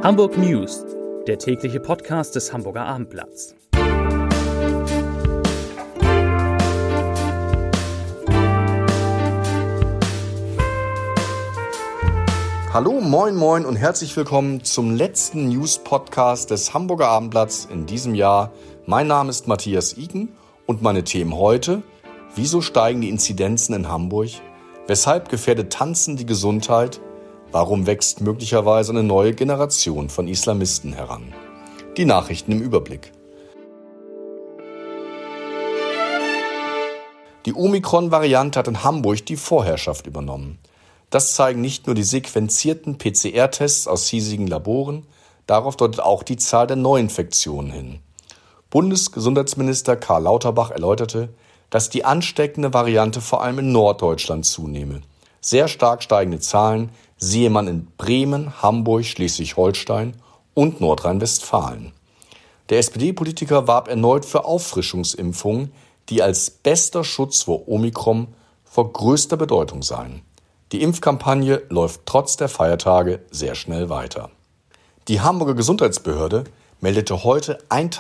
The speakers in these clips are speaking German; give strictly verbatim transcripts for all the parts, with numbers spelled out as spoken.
Hamburg News, der tägliche Podcast des Hamburger Abendblatts. Hallo, moin, moin und herzlich willkommen zum letzten News-Podcast des Hamburger Abendblatts in diesem Jahr. Mein Name ist Matthias Iken und meine Themen heute: Wieso steigen die Inzidenzen in Hamburg? Weshalb gefährdet Tanzen die Gesundheit? Warum wächst möglicherweise eine neue Generation von Islamisten heran? Die Nachrichten im Überblick. Die Omikron-Variante hat in Hamburg die Vorherrschaft übernommen. Das zeigen nicht nur die sequenzierten P C R-Tests aus hiesigen Laboren, darauf deutet auch die Zahl der Neuinfektionen hin. Bundesgesundheitsminister Karl Lauterbach erläuterte, dass die ansteckende Variante vor allem in Norddeutschland zunehme. Sehr stark steigende Zahlen sehe man in Bremen, Hamburg, Schleswig-Holstein und Nordrhein-Westfalen. Der S P D-Politiker warb erneut für Auffrischungsimpfungen, die als bester Schutz vor Omikron von größter Bedeutung seien. Die Impfkampagne läuft trotz der Feiertage sehr schnell weiter. Die Hamburger Gesundheitsbehörde meldete heute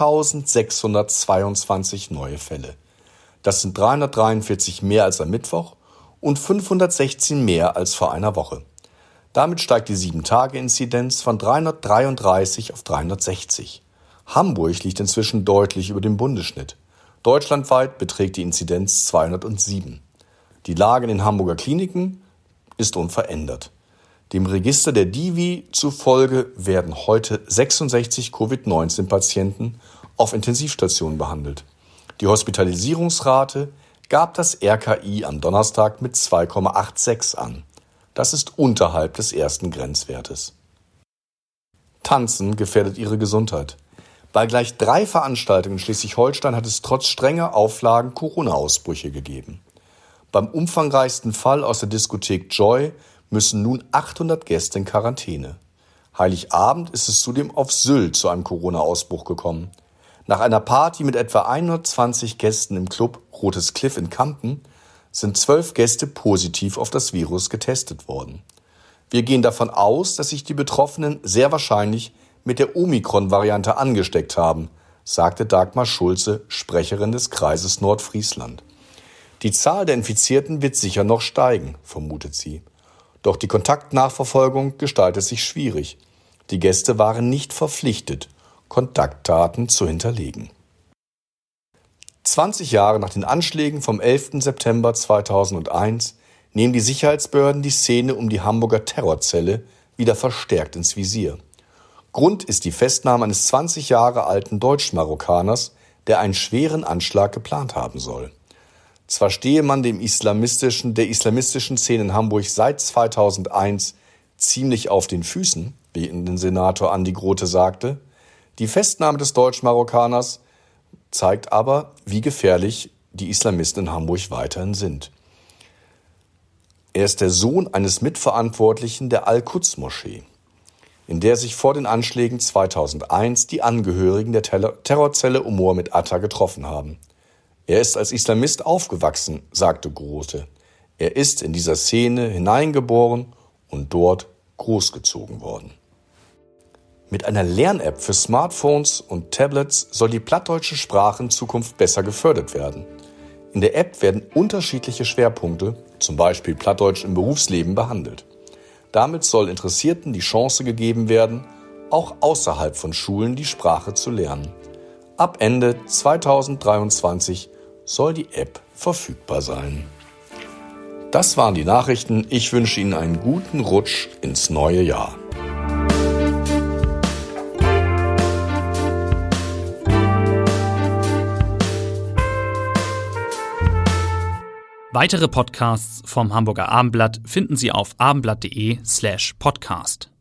eintausendsechshundertzweiundzwanzig neue Fälle. Das sind dreihundertdreiundvierzig mehr als am Mittwoch und fünfhundertsechzehn mehr als vor einer Woche. Damit steigt die sieben Tage Inzidenz von dreihundertdreiunddreißig auf dreihundertsechzig. Hamburg liegt inzwischen deutlich über dem Bundesschnitt. Deutschlandweit beträgt die Inzidenz zweihundertsieben. Die Lage in den Hamburger Kliniken ist unverändert. Dem Register der Divi zufolge werden heute sechsundsechzig Covid neunzehn Patienten auf Intensivstationen behandelt. Die Hospitalisierungsrate gab das R K I am Donnerstag mit zwei Komma sechsundachtzig an. Das ist unterhalb des ersten Grenzwertes. Tanzen gefährdet ihre Gesundheit. Bei gleich drei Veranstaltungen in Schleswig-Holstein hat es trotz strenger Auflagen Corona-Ausbrüche gegeben. Beim umfangreichsten Fall aus der Diskothek Joy müssen nun achthundert Gäste in Quarantäne. Heiligabend ist es zudem auf Sylt zu einem Corona-Ausbruch gekommen. Nach einer Party mit etwa hundertzwanzig Gästen im Club Rotes Cliff in Kampen sind zwölf Gäste positiv auf das Virus getestet worden. Wir gehen davon aus, dass sich die Betroffenen sehr wahrscheinlich mit der Omikron-Variante angesteckt haben, sagte Dagmar Schulze, Sprecherin des Kreises Nordfriesland. Die Zahl der Infizierten wird sicher noch steigen, vermutet sie. Doch die Kontaktnachverfolgung gestaltet sich schwierig. Die Gäste waren nicht verpflichtet, Kontaktdaten zu hinterlegen. zwanzig Jahre nach den Anschlägen vom elften September zweitausendeins nehmen die Sicherheitsbehörden die Szene um die Hamburger Terrorzelle wieder verstärkt ins Visier. Grund ist die Festnahme eines zwanzig Jahre alten Deutsch-Marokkaners, der einen schweren Anschlag geplant haben soll. Zwar stehe man dem islamistischen, der islamistischen Szene in Hamburg seit zweitausendeins ziemlich auf den Füßen, wie Innensenator Andi Grote sagte, die Festnahme des Deutsch-Marokkaners zeigt aber, wie gefährlich die Islamisten in Hamburg weiterhin sind. Er ist der Sohn eines Mitverantwortlichen der Al-Quds-Moschee, in der sich vor den Anschlägen zweitausendeins die Angehörigen der Terrorzelle um Mohammed Atta getroffen haben. Er ist als Islamist aufgewachsen, sagte Grote. Er ist in dieser Szene hineingeboren und dort großgezogen worden. Mit einer Lern-App für Smartphones und Tablets soll die plattdeutsche Sprache in Zukunft besser gefördert werden. In der App werden unterschiedliche Schwerpunkte, zum Beispiel Plattdeutsch im Berufsleben, behandelt. Damit soll Interessierten die Chance gegeben werden, auch außerhalb von Schulen die Sprache zu lernen. Ab Ende zweitausenddreiundzwanzig soll die App verfügbar sein. Das waren die Nachrichten. Ich wünsche Ihnen einen guten Rutsch ins neue Jahr. Weitere Podcasts vom Hamburger Abendblatt finden Sie auf abendblatt.de slash podcast.